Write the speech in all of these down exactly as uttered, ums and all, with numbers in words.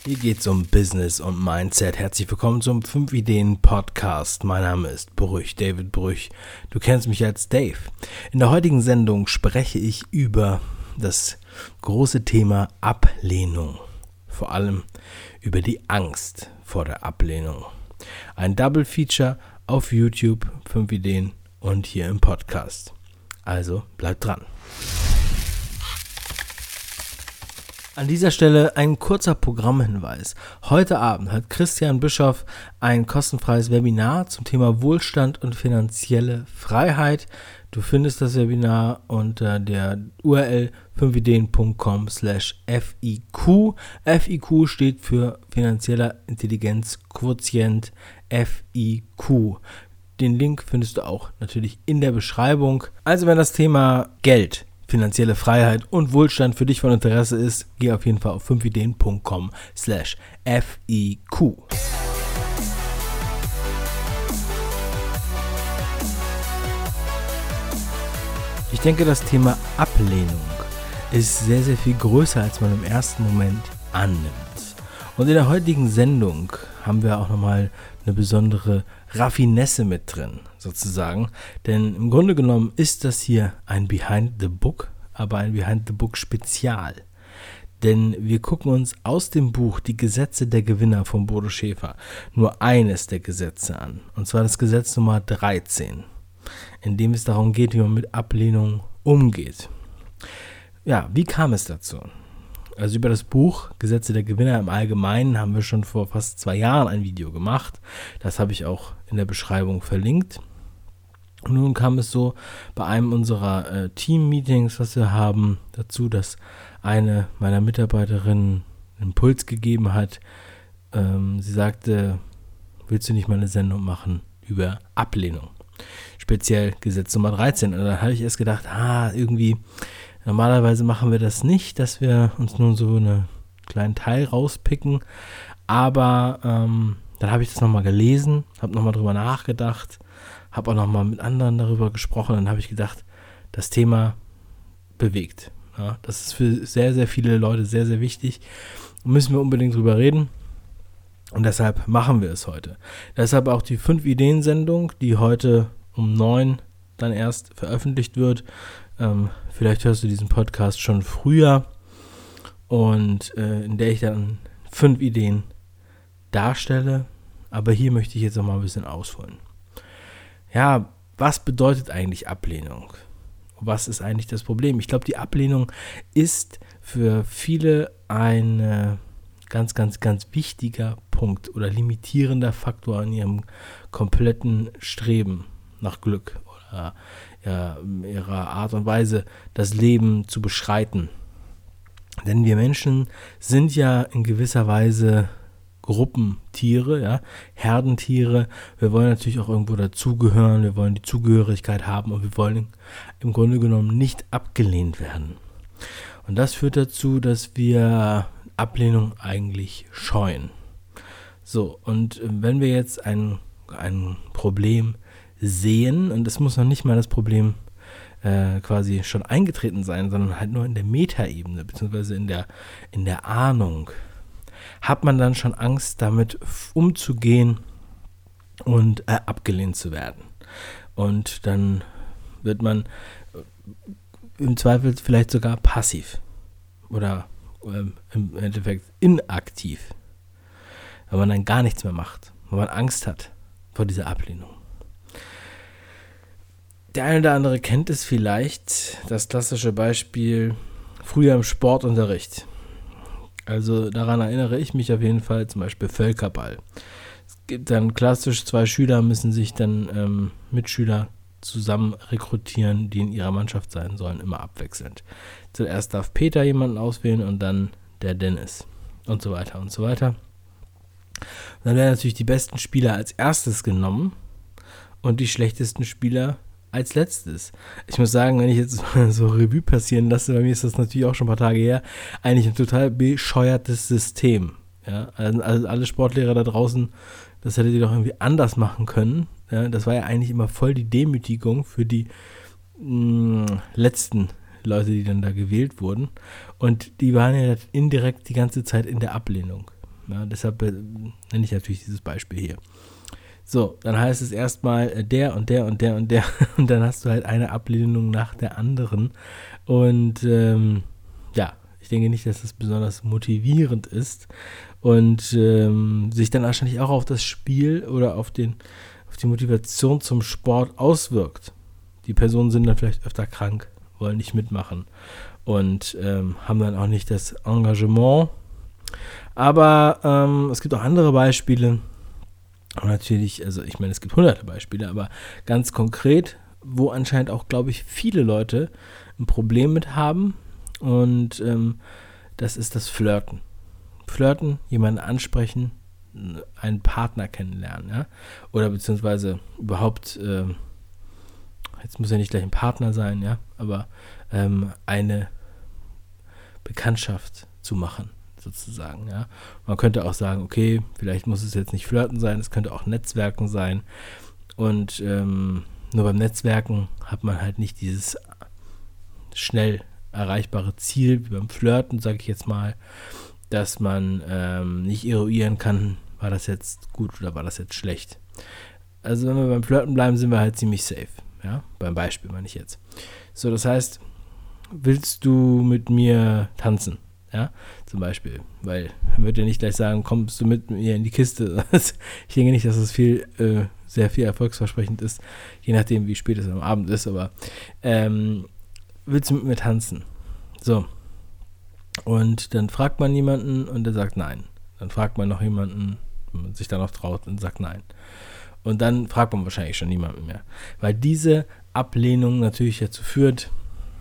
Hier geht's um Business und Mindset. Herzlich willkommen zum fünf Ideen Podcast. Mein Name ist Brüch, David Brüch. Du kennst mich als Dave. In der heutigen Sendung spreche ich über das große Thema Ablehnung. Vor allem über die Angst vor der Ablehnung. Ein Double Feature auf YouTube, fünf Ideen und hier im Podcast. Also bleibt dran. An dieser Stelle ein kurzer Programmhinweis. Heute Abend hat Christian Bischoff ein kostenfreies Webinar zum Thema Wohlstand und finanzielle Freiheit. Du findest das Webinar unter der U R L fünf ideen punkt com slash F I Q. F I Q steht für finanzieller Intelligenzquotient F I Q. Den Link findest du auch natürlich in der Beschreibung. Also wenn das Thema Geld, finanzielle Freiheit und Wohlstand für dich von Interesse ist, geh auf jeden Fall auf fünf ideen punkt com slash F I Q. Ich denke, das Thema Ablehnung ist sehr, sehr viel größer, als man im ersten Moment annimmt. Und in der heutigen Sendung haben wir auch nochmal eine besondere Raffinesse mit drin, sozusagen. Denn im Grunde genommen ist das hier ein Behind the Book, aber ein Behind the Book Spezial. Denn wir gucken uns aus dem Buch Die Gesetze der Gewinner von Bodo Schäfer nur eines der Gesetze an. Und zwar das Gesetz Nummer dreizehn, in dem es darum geht, wie man mit Ablehnung umgeht. Ja, wie kam es dazu? Also über das Buch Gesetze der Gewinner im Allgemeinen haben wir schon vor fast zwei Jahren ein Video gemacht. Das habe ich auch in der Beschreibung verlinkt. Und nun kam es so bei einem unserer äh, Team-Meetings, was wir haben, dazu, dass eine meiner Mitarbeiterinnen einen Impuls gegeben hat. Ähm, sie sagte, willst du nicht mal eine Sendung machen über Ablehnung? Speziell Gesetz Nummer dreizehn. Und dann habe ich erst gedacht, ah, irgendwie... Normalerweise machen wir das nicht, dass wir uns nur so einen kleinen Teil rauspicken, aber ähm, dann habe ich das nochmal gelesen, habe nochmal drüber nachgedacht, habe auch nochmal mit anderen darüber gesprochen, dann habe ich gedacht, das Thema bewegt. Ja, das ist für sehr, sehr viele Leute sehr, sehr wichtig, müssen wir unbedingt drüber reden und deshalb machen wir es heute. Deshalb auch die fünf Ideen Sendung, die heute um neun dann erst veröffentlicht wird. Ähm, vielleicht hörst du diesen Podcast schon früher und äh, in der ich dann fünf Ideen darstelle, aber hier möchte ich jetzt noch mal ein bisschen ausholen. Ja, was bedeutet eigentlich Ablehnung? Was ist eigentlich das Problem? Ich glaube, die Ablehnung ist für viele ein ganz, ganz, ganz wichtiger Punkt oder limitierender Faktor in ihrem kompletten Streben nach Glück oder ja, ihrer Art und Weise, das Leben zu beschreiten. Denn wir Menschen sind ja in gewisser Weise Gruppentiere, ja, Herdentiere. Wir wollen natürlich auch irgendwo dazugehören, wir wollen die Zugehörigkeit haben und wir wollen im Grunde genommen nicht abgelehnt werden. Und das führt dazu, dass wir Ablehnung eigentlich scheuen. So, und wenn wir jetzt ein, ein Problem sehen, und es muss noch nicht mal das Problem äh, quasi schon eingetreten sein, sondern halt nur in der Metaebene, beziehungsweise in der, in der Ahnung, hat man dann schon Angst, damit umzugehen und äh, abgelehnt zu werden. Und dann wird man äh, im Zweifel vielleicht sogar passiv oder äh, im Endeffekt inaktiv, weil man dann gar nichts mehr macht, weil man Angst hat vor dieser Ablehnung. Der eine oder andere kennt es vielleicht, das klassische Beispiel früher im Sportunterricht. Also daran erinnere ich mich auf jeden Fall, zum Beispiel Völkerball. Es gibt dann klassisch, zwei Schüler müssen sich dann ähm, Mitschüler zusammen rekrutieren, die in ihrer Mannschaft sein sollen, immer abwechselnd. Zuerst darf Peter jemanden auswählen und dann der Dennis und so weiter und so weiter. Und dann werden natürlich die besten Spieler als erstes genommen und die schlechtesten Spieler als letztes. Ich muss sagen, wenn ich jetzt so Revue passieren lasse, bei mir ist das natürlich auch schon ein paar Tage her, eigentlich ein total bescheuertes System. Ja, also alle Sportlehrer da draußen, das hättet ihr doch irgendwie anders machen können. Ja, das war ja eigentlich immer voll die Demütigung für die mh, letzten Leute, die dann da gewählt wurden. Und die waren ja indirekt die ganze Zeit in der Ablehnung. Ja, deshalb äh, nenne ich natürlich dieses Beispiel hier. So, dann heißt es erstmal äh, der und der und der und der und dann hast du halt eine Ablehnung nach der anderen. Und ähm, ja, ich denke nicht, dass das besonders motivierend ist und ähm, sich dann wahrscheinlich auch auf das Spiel oder auf, den, auf die Motivation zum Sport auswirkt. Die Personen sind dann vielleicht öfter krank, wollen nicht mitmachen und ähm, haben dann auch nicht das Engagement. Aber ähm, es gibt auch andere Beispiele. Und natürlich, also ich meine, es gibt hunderte Beispiele, aber ganz konkret, wo anscheinend auch, glaube ich, viele Leute ein Problem mit haben. Und ähm, das ist das Flirten. Flirten, jemanden ansprechen, einen Partner kennenlernen, ja. Oder beziehungsweise überhaupt, äh, jetzt muss ja nicht gleich ein Partner sein, ja, aber ähm, eine Bekanntschaft zu machen, sozusagen, ja. Man könnte auch sagen, okay, vielleicht muss es jetzt nicht Flirten sein, es könnte auch Netzwerken sein. Und ähm, nur beim Netzwerken hat man halt nicht dieses schnell erreichbare Ziel wie beim Flirten, sage ich jetzt mal, dass man ähm, nicht eruieren kann, war das jetzt gut oder war das jetzt schlecht. Also wenn wir beim Flirten bleiben, sind wir halt ziemlich safe, ja, beim Beispiel meine ich jetzt. So, das heißt, willst du mit mir tanzen? Ja, zum Beispiel, weil er wird ja nicht gleich sagen, kommst du mit mir in die Kiste. Ich denke nicht, dass das viel, äh, sehr viel erfolgsversprechend ist, je nachdem, wie spät es am Abend ist, aber ähm, willst du mit mir tanzen? So. Und dann fragt man jemanden und der sagt nein. Dann fragt man noch jemanden, wenn man sich dann noch traut und sagt nein. Und dann fragt man wahrscheinlich schon niemanden mehr. Weil diese Ablehnung natürlich dazu führt,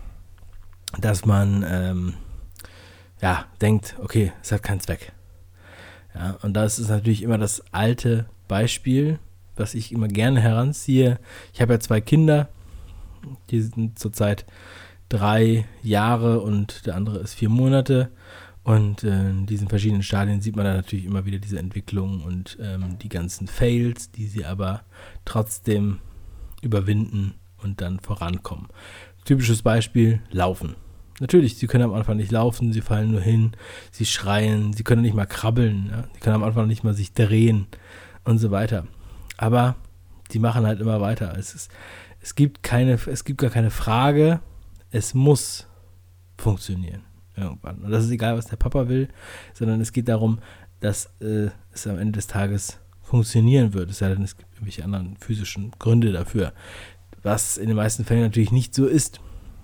dass man ähm, ja, denkt, okay, es hat keinen Zweck. Ja, und das ist natürlich immer das alte Beispiel, was ich immer gerne heranziehe. Ich habe ja zwei Kinder, die sind zurzeit drei Jahre und der andere ist vier Monate. Und äh, in diesen verschiedenen Stadien sieht man dann natürlich immer wieder diese Entwicklung und ähm, die ganzen Fails, die sie aber trotzdem überwinden und dann vorankommen. Typisches Beispiel, Laufen. Natürlich, sie können am Anfang nicht laufen, sie fallen nur hin, sie schreien, sie können nicht mal krabbeln, ja? Sie können am Anfang nicht mal sich drehen und so weiter. Aber die machen halt immer weiter. Es ist, es gibt keine, es gibt gar keine Frage, es muss funktionieren irgendwann. Und das ist egal, was der Papa will, sondern es geht darum, dass äh, es am Ende des Tages funktionieren wird. Es sei denn, es gibt irgendwelche anderen physischen Gründe dafür, was in den meisten Fällen natürlich nicht so ist.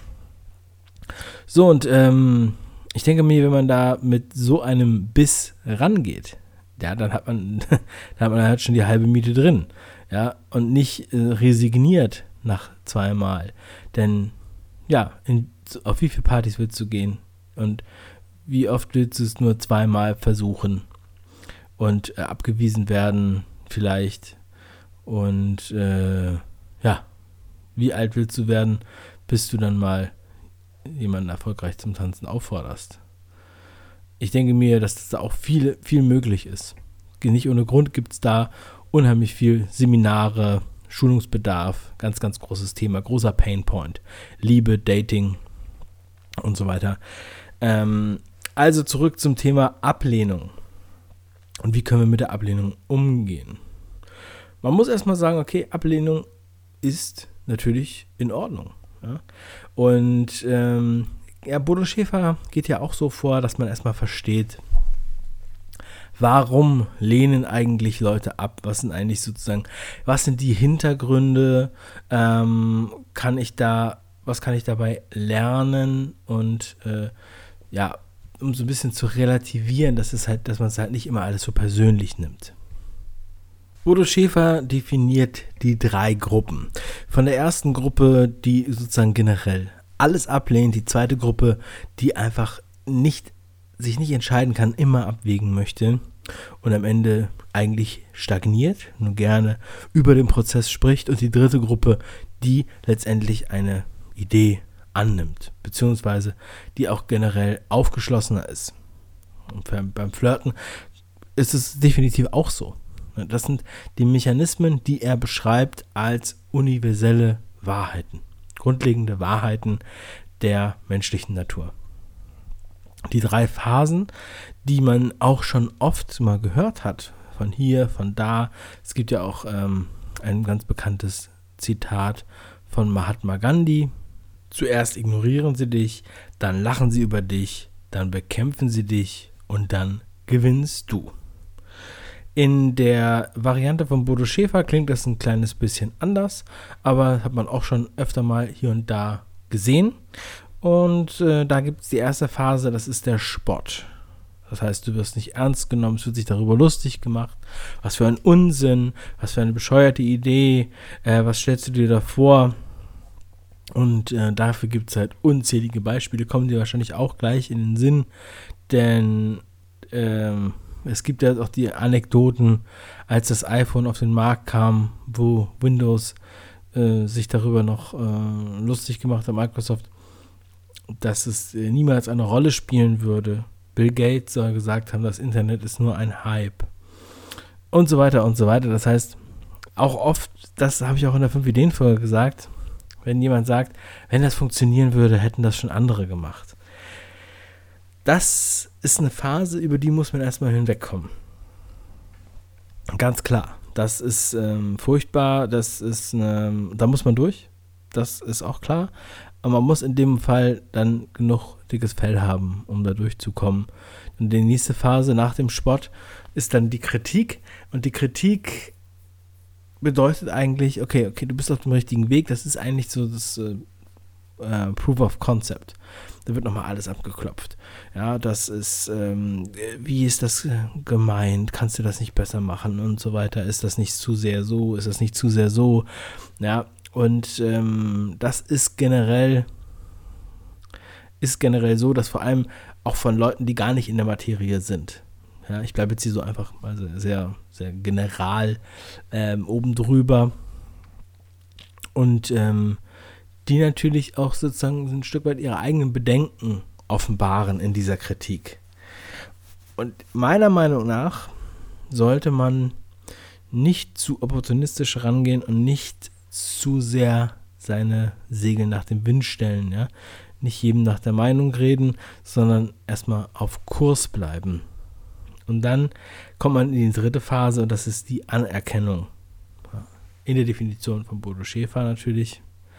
So, und ähm, ich denke mir, wenn man da mit so einem Biss rangeht, ja, dann hat man, dann hat man halt schon die halbe Miete drin, ja, und nicht äh, resigniert nach zweimal. Denn, ja, in, auf wie viele Partys willst du gehen? Und wie oft willst du es nur zweimal versuchen und äh, abgewiesen werden vielleicht? Und, äh, ja, wie alt willst du werden, bis du dann mal jemanden erfolgreich zum Tanzen aufforderst? Ich denke mir, dass das da auch viel, viel möglich ist. Nicht ohne Grund gibt es da unheimlich viel Seminare, Schulungsbedarf, ganz, ganz großes Thema, großer Painpoint, Liebe, Dating und so weiter. Ähm, also zurück zum Thema Ablehnung. Und wie können wir mit der Ablehnung umgehen? Man muss erstmal sagen, okay, Ablehnung ist natürlich in Ordnung. Ja? Und ähm, ja, Bodo Schäfer geht ja auch so vor, dass man erstmal versteht, warum lehnen eigentlich Leute ab? Was sind eigentlich sozusagen, was sind die Hintergründe? Ähm, kann ich da, was kann ich dabei lernen? Und äh, ja, um so ein bisschen zu relativieren, dass es halt, dass man es halt nicht immer alles so persönlich nimmt. Bodo Schäfer definiert die drei Gruppen. Von der ersten Gruppe, die sozusagen generell alles ablehnt, die zweite Gruppe, die einfach nicht, sich nicht entscheiden kann, immer abwägen möchte und am Ende eigentlich stagniert, nur gerne über den Prozess spricht, und die dritte Gruppe, die letztendlich eine Idee annimmt, beziehungsweise die auch generell aufgeschlossener ist. Und beim Flirten ist es definitiv auch so. Das sind die Mechanismen, die er beschreibt als universelle Wahrheiten, grundlegende Wahrheiten der menschlichen Natur. Die drei Phasen, die man auch schon oft mal gehört hat, von hier, von da. Es gibt ja auch ähm, ein ganz bekanntes Zitat von Mahatma Gandhi. Zuerst ignorieren sie dich, dann lachen sie über dich, dann bekämpfen sie dich und dann gewinnst du. In der Variante von Bodo Schäfer klingt das ein kleines bisschen anders, aber hat man auch schon öfter mal hier und da gesehen. Und äh, da gibt es die erste Phase, das ist der Spott. Das heißt, du wirst nicht ernst genommen, es wird sich darüber lustig gemacht. Was für ein Unsinn, was für eine bescheuerte Idee, äh, was stellst du dir da vor? Und äh, dafür gibt es halt unzählige Beispiele, kommen dir wahrscheinlich auch gleich in den Sinn, denn ähm, es gibt ja auch die Anekdoten, als das iPhone auf den Markt kam, wo Windows äh, sich darüber noch äh, lustig gemacht hat, Microsoft, dass es äh, niemals eine Rolle spielen würde. Bill Gates soll gesagt haben, das Internet ist nur ein Hype. Und so weiter und so weiter. Das heißt, auch oft, das habe ich auch in der fünf Ideen Folge gesagt, wenn jemand sagt, wenn das funktionieren würde, hätten das schon andere gemacht. Das ist eine Phase, über die muss man erstmal hinwegkommen. Ganz klar. Das ist ähm, furchtbar, das ist eine, da muss man durch. Das ist auch klar. Aber man muss in dem Fall dann genug dickes Fell haben, um da durchzukommen. Und die nächste Phase nach dem Spott ist dann die Kritik. Und die Kritik bedeutet eigentlich, okay, okay, du bist auf dem richtigen Weg. Das ist eigentlich so das äh, äh, Proof of Concept. Da wird nochmal alles abgeklopft. Ja, das ist, ähm, wie ist das gemeint? Kannst du das nicht besser machen? Und so weiter. Ist das nicht zu sehr so? Ist das nicht zu sehr so? Ja, und ähm, das ist generell, ist generell so, dass vor allem auch von Leuten, die gar nicht in der Materie sind. Ja, ich bleibe jetzt hier so einfach mal sehr, sehr general ähm, oben drüber. Und ähm, die natürlich auch sozusagen ein Stück weit ihre eigenen Bedenken offenbaren in dieser Kritik. Und meiner Meinung nach sollte man nicht zu opportunistisch rangehen und nicht zu sehr seine Segel nach dem Wind stellen. Ja? Nicht jedem nach der Meinung reden, sondern erstmal auf Kurs bleiben. Und dann kommt man in die dritte Phase und das ist die Anerkennung. In der Definition von Bodo Schäfer natürlich.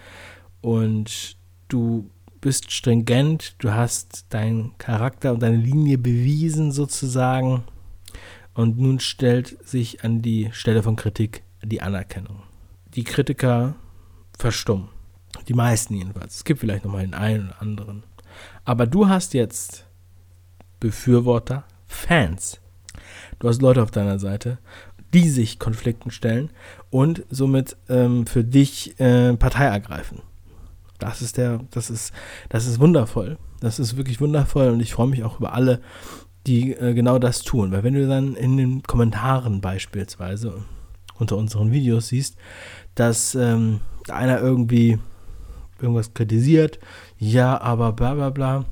Und du bist stringent, du hast deinen Charakter und deine Linie bewiesen sozusagen. Und nun stellt sich an die Stelle von Kritik die Anerkennung. Die Kritiker verstummen. Die meisten jedenfalls. Es gibt vielleicht nochmal den einen oder anderen. Aber du hast jetzt Befürworter, Fans. Du hast Leute auf deiner Seite, die sich Konflikten stellen und somit ähm, für dich äh, Partei ergreifen. Das ist der, das ist, das ist wundervoll. Das ist wirklich wundervoll und ich freue mich auch über alle, die äh, genau das tun. Weil wenn du dann in den Kommentaren beispielsweise unter unseren Videos siehst, dass ähm, einer irgendwie irgendwas kritisiert, ja, aber bla bla bla,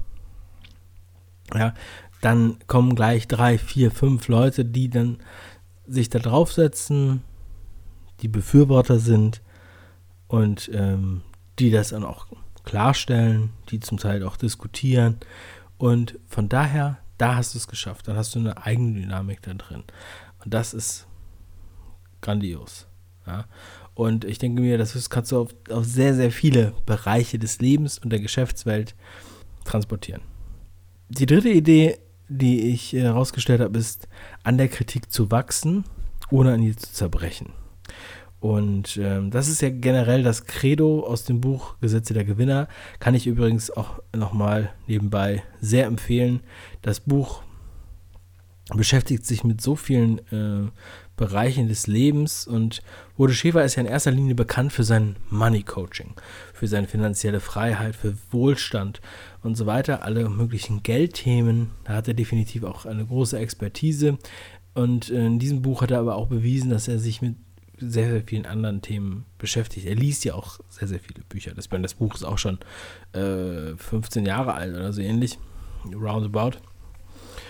ja, dann kommen gleich drei, vier, fünf Leute, die dann sich da draufsetzen, die Befürworter sind und ähm, die das dann auch klarstellen, die zum Teil auch diskutieren und von daher, da hast du es geschafft, dann hast du eine eigene Dynamik da drin und das ist grandios. Ja? Und ich denke mir, das kannst du auf, auf sehr, sehr viele Bereiche des Lebens und der Geschäftswelt transportieren. Die dritte Idee, die ich herausgestellt habe, ist, an der Kritik zu wachsen, ohne an ihr zu zerbrechen. Und ähm, das ist ja generell das Credo aus dem Buch Gesetze der Gewinner. Kann ich übrigens auch nochmal nebenbei sehr empfehlen. Das Buch beschäftigt sich mit so vielen äh, Bereichen des Lebens und Bodo Schäfer ist ja in erster Linie bekannt für sein Money Coaching, für seine finanzielle Freiheit, für Wohlstand und so weiter, alle möglichen Geldthemen. Da hat er definitiv auch eine große Expertise und in diesem Buch hat er aber auch bewiesen, dass er sich mit sehr, sehr vielen anderen Themen beschäftigt. Er liest ja auch sehr, sehr viele Bücher. Das, das Buch ist auch schon äh, fünfzehn Jahre alt oder so ähnlich, roundabout.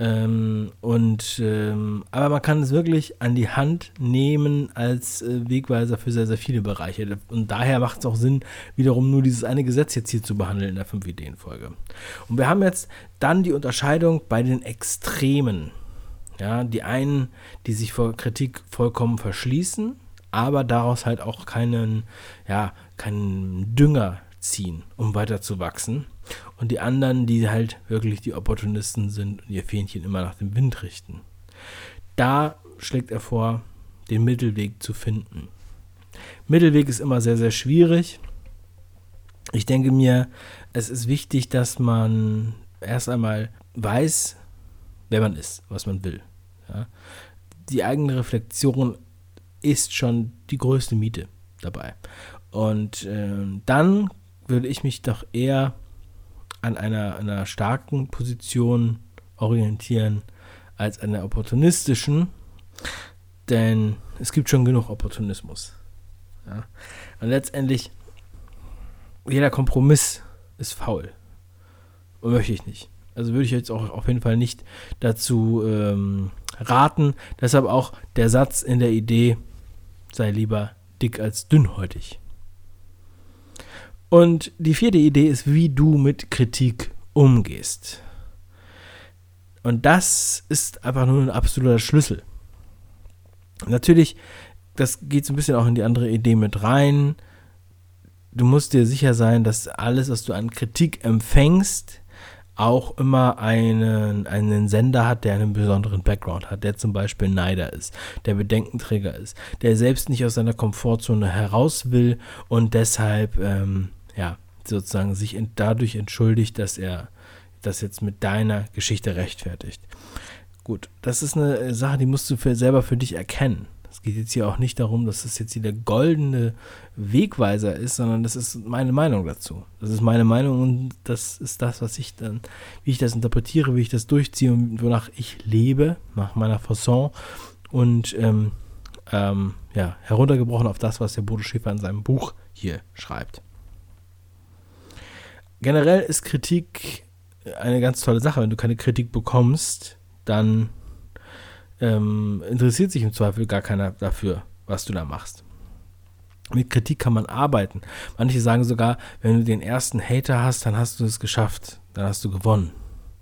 Ähm, und ähm, aber man kann es wirklich an die Hand nehmen als äh, Wegweiser für sehr, sehr viele Bereiche. Und daher macht es auch Sinn, wiederum nur dieses eine Gesetz jetzt hier zu behandeln in der fünf-Ideen-Folge. Und wir haben jetzt dann die Unterscheidung bei den Extremen. Ja, die einen, die sich vor Kritik vollkommen verschließen, aber daraus halt auch keinen, ja, keinen Dünger ziehen, um weiter zu wachsen. Und die anderen, die halt wirklich die Opportunisten sind und ihr Fähnchen immer nach dem Wind richten. Da schlägt er vor, den Mittelweg zu finden. Mittelweg ist immer sehr, sehr schwierig. Ich denke mir, es ist wichtig, dass man erst einmal weiß, wer man ist, was man will. Ja? Die eigene Reflexion ist schon die größte Miete dabei. Und äh, dann würde ich mich doch eher an einer, einer starken Position orientieren als an einer opportunistischen, denn es gibt schon genug Opportunismus. Ja? Und letztendlich, jeder Kompromiss ist faul. Und möchte ich nicht. Also würde ich jetzt auch auf jeden Fall nicht dazu ähm, raten. Deshalb auch der Satz in der Idee, sei lieber dick als dünnhäutig. Und die vierte Idee ist, wie du mit Kritik umgehst. Und das ist einfach nur ein absoluter Schlüssel. Natürlich, das geht so ein bisschen auch in die andere Idee mit rein. Du musst dir sicher sein, dass alles, was du an Kritik empfängst, auch immer einen, einen Sender hat, der einen besonderen Background hat, der zum Beispiel Neider ist, der Bedenkenträger ist, der selbst nicht aus seiner Komfortzone heraus will und deshalb ähm, ja, sozusagen sich ent- dadurch entschuldigt, dass er das jetzt mit deiner Geschichte rechtfertigt. Gut, das ist eine Sache, die musst du für, selber für dich erkennen. Es geht jetzt hier auch nicht darum, dass das jetzt hier der goldene Wegweiser ist, sondern das ist meine Meinung dazu. Das ist meine Meinung und das ist das, was ich dann, wie ich das interpretiere, wie ich das durchziehe und wonach ich lebe, nach meiner Fasson und ähm, ähm, ja, heruntergebrochen auf das, was der Bodo Schäfer in seinem Buch hier schreibt. Generell ist Kritik eine ganz tolle Sache. Wenn du keine Kritik bekommst, dann ähm, interessiert sich im Zweifel gar keiner dafür, was du da machst. Mit Kritik kann man arbeiten. Manche sagen sogar, wenn du den ersten Hater hast, dann hast du es geschafft, dann hast du gewonnen.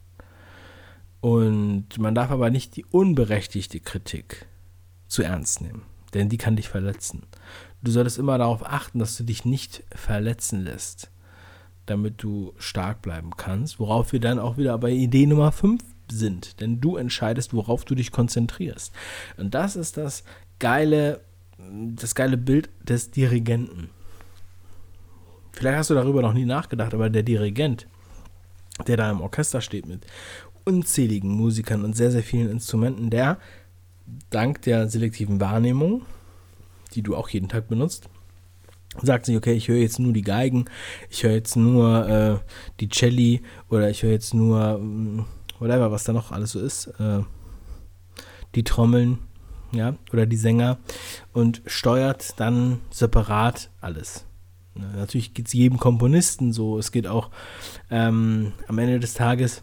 Und man darf aber nicht die unberechtigte Kritik zu ernst nehmen, denn die kann dich verletzen. Du solltest immer darauf achten, dass du dich nicht verletzen lässt, damit du stark bleiben kannst, worauf wir dann auch wieder bei Idee Nummer fünf sind, denn du entscheidest, worauf du dich konzentrierst. Und das ist das geile, das geile Bild des Dirigenten. Vielleicht hast du darüber noch nie nachgedacht, aber der Dirigent, der da im Orchester steht mit unzähligen Musikern und sehr, sehr vielen Instrumenten, der dank der selektiven Wahrnehmung, die du auch jeden Tag benutzt, sagt sich, okay, ich höre jetzt nur die Geigen, ich höre jetzt nur äh, die Celli oder ich höre jetzt nur mh, whatever, was da noch alles so ist, äh, die Trommeln, ja, oder die Sänger und steuert dann separat alles. Ja, natürlich geht es jedem Komponisten so, es geht auch ähm, am Ende des Tages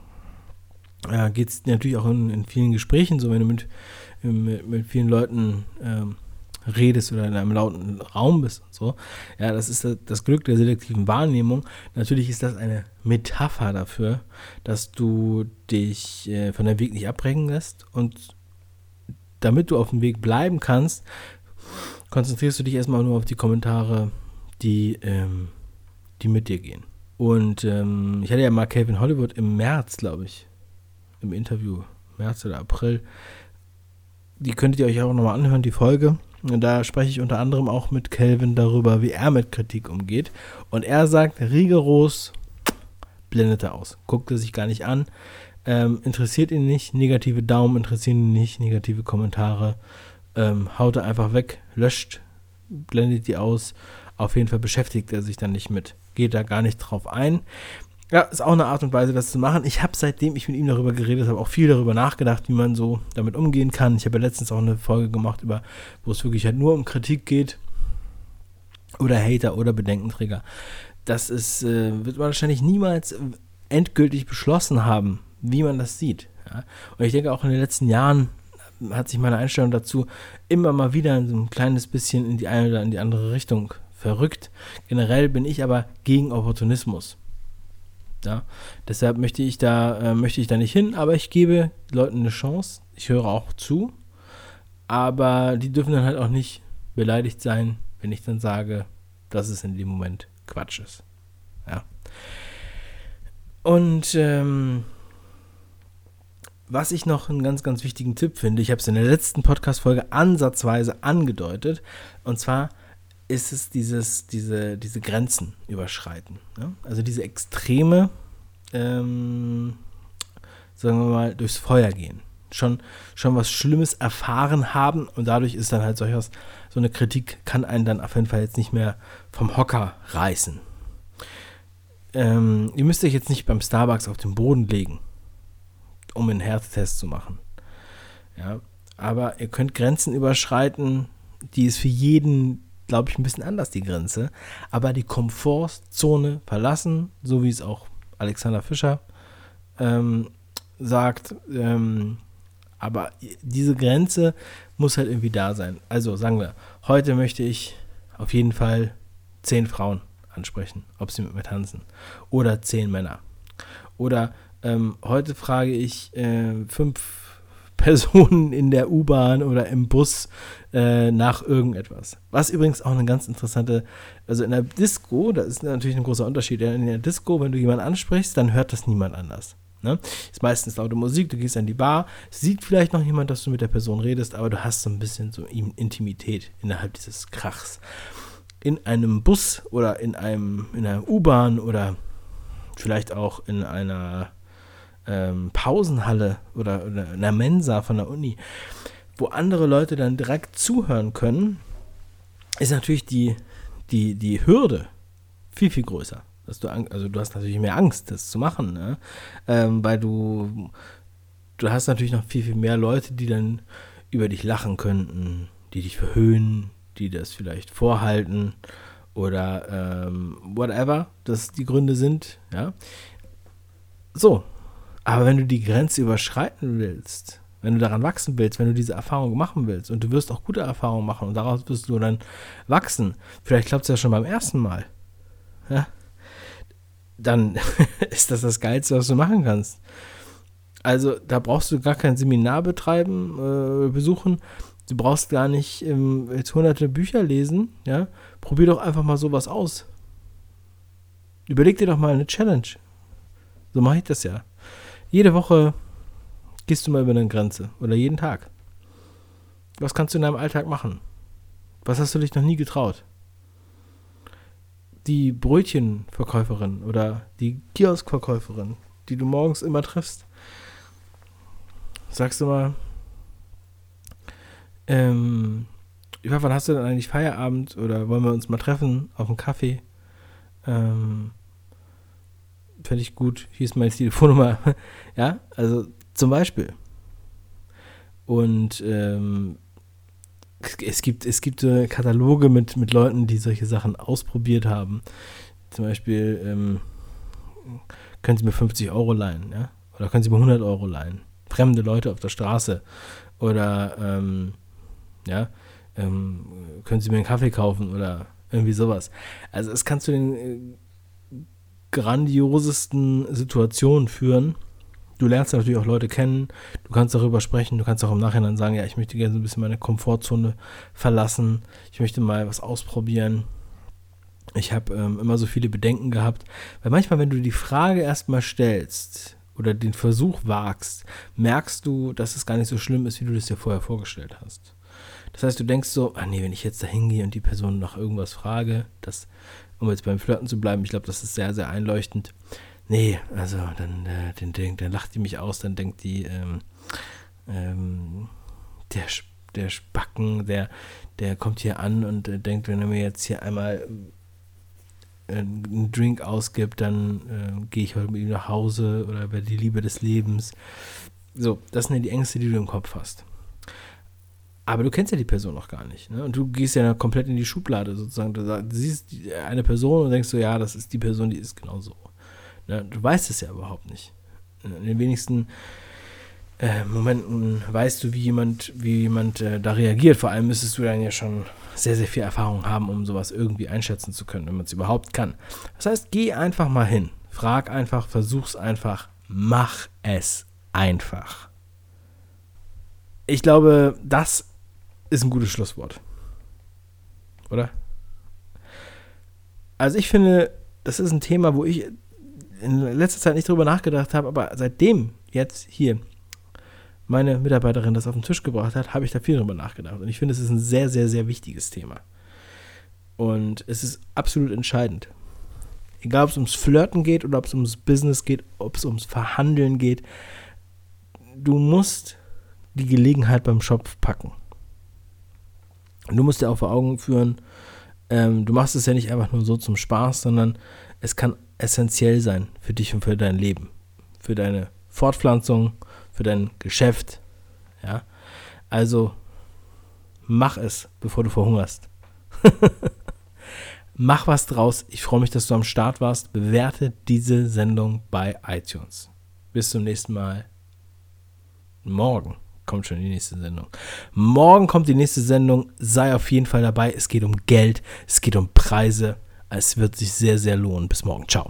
äh, geht es natürlich auch in, in vielen Gesprächen so, wenn du mit, mit, mit vielen Leuten ähm, redest oder in einem lauten Raum bist und so. Ja, das ist das Glück der selektiven Wahrnehmung. Natürlich ist das eine Metapher dafür, dass du dich äh, von dem Weg nicht abbringen lässt und damit du auf dem Weg bleiben kannst, konzentrierst du dich erstmal nur auf die Kommentare, die, ähm, die mit dir gehen. Und ähm, ich hatte ja mal Calvin Hollywood im März, glaube ich, im Interview, März oder April. Die könntet ihr euch auch nochmal anhören, die Folge. Und da spreche ich unter anderem auch mit Calvin darüber, wie er mit Kritik umgeht. Und er sagt rigoros, blendet er aus. Guckt er sich gar nicht an. Ähm, interessiert ihn nicht. Negative Daumen interessieren ihn nicht. Negative Kommentare. Ähm, haut er einfach weg. Löscht. Blendet die aus. Auf jeden Fall beschäftigt er sich dann nicht mit. Geht da gar nicht drauf ein. Ja, ist auch eine Art und Weise, das zu machen. Ich habe, seitdem ich mit ihm darüber geredet habe, auch viel darüber nachgedacht, wie man so damit umgehen kann. Ich habe ja letztens auch eine Folge gemacht, über, wo es wirklich halt nur um Kritik geht. Oder Hater oder Bedenkenträger. Das ist, äh, wird man wahrscheinlich niemals endgültig beschlossen haben, wie man das sieht. Ja? Und ich denke, auch in den letzten Jahren hat sich meine Einstellung dazu immer mal wieder so ein kleines bisschen in die eine oder in die andere Richtung verrückt. Generell bin ich aber gegen Opportunismus. Ja? Deshalb möchte ich da, äh, möchte ich da nicht hin, aber ich gebe Leuten eine Chance. Ich höre auch zu, aber die dürfen dann halt auch nicht beleidigt sein, wenn ich dann sage, dass es in dem Moment Quatsch ist. Ja. Und ähm, was ich noch einen ganz, ganz wichtigen Tipp finde, ich habe es in der letzten Podcast-Folge ansatzweise angedeutet, und zwar ist es dieses, diese, diese Grenzen überschreiten. Ja? Also diese Extreme, ähm, sagen wir mal, durchs Feuer gehen. Schon, schon was Schlimmes erfahren haben und dadurch ist dann halt solches, so eine Kritik kann einen dann auf jeden Fall jetzt nicht mehr vom Hocker reißen. Ähm, ihr müsst euch jetzt nicht beim Starbucks auf den Boden legen, um einen Herztest zu machen. Ja, aber ihr könnt Grenzen überschreiten, die ist für jeden, glaube ich, ein bisschen anders, die Grenze, aber die Komfortzone verlassen, so wie es auch Alexander Fischer ähm, sagt, ähm, aber diese Grenze muss halt irgendwie da sein. Also sagen wir, heute möchte ich auf jeden Fall zehn Frauen ansprechen, ob sie mit mir tanzen. Oder zehn Männer. Oder ähm, heute frage ich äh, fünf Personen in der U-Bahn oder im Bus äh, nach irgendetwas. Was übrigens auch eine ganz interessante, also in der Disco, da ist natürlich ein großer Unterschied. In der Disco, wenn du jemanden ansprichst, dann hört das niemand anders. Ne? Ist meistens laute Musik, du gehst an die Bar, sieht vielleicht noch jemand, dass du mit der Person redest, aber du hast so ein bisschen so Intimität innerhalb dieses Krachs. In einem Bus oder in einem in einer U-Bahn oder vielleicht auch in einer ähm, Pausenhalle oder, oder in einer Mensa von der Uni, wo andere Leute dann direkt zuhören können, ist natürlich die, die, die Hürde viel, viel größer. Dass du, also du hast natürlich mehr Angst, das zu machen, ne? ähm, weil du, du hast natürlich noch viel, viel mehr Leute, die dann über dich lachen könnten, die dich verhöhnen, die das vielleicht vorhalten oder ähm, whatever, das die Gründe sind, ja. So, aber wenn du die Grenze überschreiten willst, wenn du daran wachsen willst, wenn du diese Erfahrung machen willst und du wirst auch gute Erfahrungen machen und daraus wirst du dann wachsen, vielleicht klappt es ja schon beim ersten Mal, ja, dann ist das das Geilste, was du machen kannst. Also da brauchst du gar kein Seminar betreiben, äh, besuchen, du brauchst gar nicht ähm, jetzt hunderte Bücher lesen, ja, probier doch einfach mal sowas aus. Überleg dir doch mal eine Challenge. So mache ich das ja. Jede Woche gehst du mal über eine Grenze oder jeden Tag. Was kannst du in deinem Alltag machen? Was hast du dich noch nie getraut? Die Brötchenverkäuferin oder die Kioskverkäuferin, die du morgens immer triffst, sagst du mal, ähm, ja, wann hast du denn eigentlich Feierabend oder wollen wir uns mal treffen auf einen Kaffee? Ähm, fände ich gut, hier ist meine Telefonnummer. Ja, also zum Beispiel. Und ähm, es gibt, es gibt so Kataloge mit, mit Leuten, die solche Sachen ausprobiert haben. Zum Beispiel, ähm, können Sie mir fünfzig Euro leihen, ja? Oder können Sie mir hundert Euro leihen? Fremde Leute auf der Straße. Oder, ähm, ja, ähm, können Sie mir einen Kaffee kaufen oder irgendwie sowas. Also es kann zu den äh, grandiosesten Situationen führen. Du lernst natürlich auch Leute kennen, du kannst darüber sprechen, du kannst auch im Nachhinein sagen, ja, ich möchte gerne so ein bisschen meine Komfortzone verlassen, ich möchte mal was ausprobieren. Ich habe ähm, immer so viele Bedenken gehabt, weil manchmal, wenn du die Frage erstmal stellst oder den Versuch wagst, merkst du, dass es gar nicht so schlimm ist, wie du das dir vorher vorgestellt hast. Das heißt, du denkst so, ah nee, wenn ich jetzt da hingehe und die Person nach irgendwas frage, das, um jetzt beim Flirten zu bleiben, ich glaube, das ist sehr, sehr einleuchtend. Nee, also dann, äh, den, den, dann lacht die mich aus, dann denkt die, ähm, ähm, der, der Spacken, der, der kommt hier an und äh, denkt, wenn er mir jetzt hier einmal äh, einen Drink ausgibt, dann äh, gehe ich heute mit ihm nach Hause oder werde die Liebe des Lebens. So, das sind ja die Ängste, die du im Kopf hast. Aber du kennst ja die Person noch gar nicht, ne? Und du gehst ja komplett in die Schublade sozusagen. Du, du siehst eine Person und denkst so, ja, das ist die Person, die ist genau so. Ne? Du weißt es ja überhaupt nicht. In den wenigsten äh, Momenten weißt du, wie jemand, wie jemand äh, da reagiert. Vor allem müsstest du dann ja schon sehr, sehr viel Erfahrung haben, um sowas irgendwie einschätzen zu können, wenn man es überhaupt kann. Das heißt, geh einfach mal hin. Frag einfach, versuch's einfach, mach es einfach. Ich glaube, das ist ein gutes Schlusswort. Oder? Also ich finde, das ist ein Thema, wo ich in letzter Zeit nicht drüber nachgedacht habe, aber seitdem jetzt hier meine Mitarbeiterin das auf den Tisch gebracht hat, habe ich da viel drüber nachgedacht. Und ich finde, es ist ein sehr, sehr, sehr wichtiges Thema. Und es ist absolut entscheidend. Egal, ob es ums Flirten geht oder ob es ums Business geht, ob es ums Verhandeln geht, du musst die Gelegenheit beim Schopf packen. Du musst dir auch vor Augen führen, ähm, du machst es ja nicht einfach nur so zum Spaß, sondern es kann essentiell sein für dich und für dein Leben, für deine Fortpflanzung, für dein Geschäft. Ja? Also mach es, bevor du verhungerst. Mach was draus. Ich freue mich, dass du am Start warst. Bewerte diese Sendung bei iTunes. Bis zum nächsten Mal. Morgen kommt schon die nächste Sendung. Morgen kommt die nächste Sendung. Sei auf jeden Fall dabei. Es geht um Geld. Es geht um Preise. Es wird sich sehr, sehr lohnen. Bis morgen. Ciao.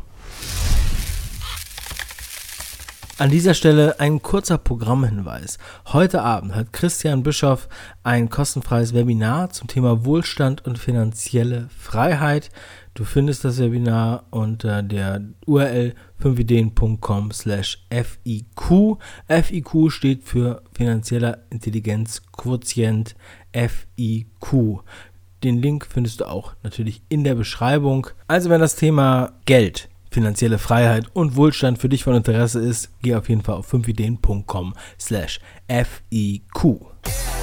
An dieser Stelle ein kurzer Programmhinweis. Heute Abend hat Christian Bischoff ein kostenfreies Webinar zum Thema Wohlstand und finanzielle Freiheit. Du findest das Webinar unter der U R L fünf ideen punkt com slash F I Q. F I Q steht für finanzieller Intelligenzquotient, F I Q. Den Link findest du auch natürlich in der Beschreibung. Also wenn das Thema Geld, finanzielle Freiheit und Wohlstand für dich von Interesse ist, geh auf jeden Fall auf fünf ideen punkt com slash F I Q.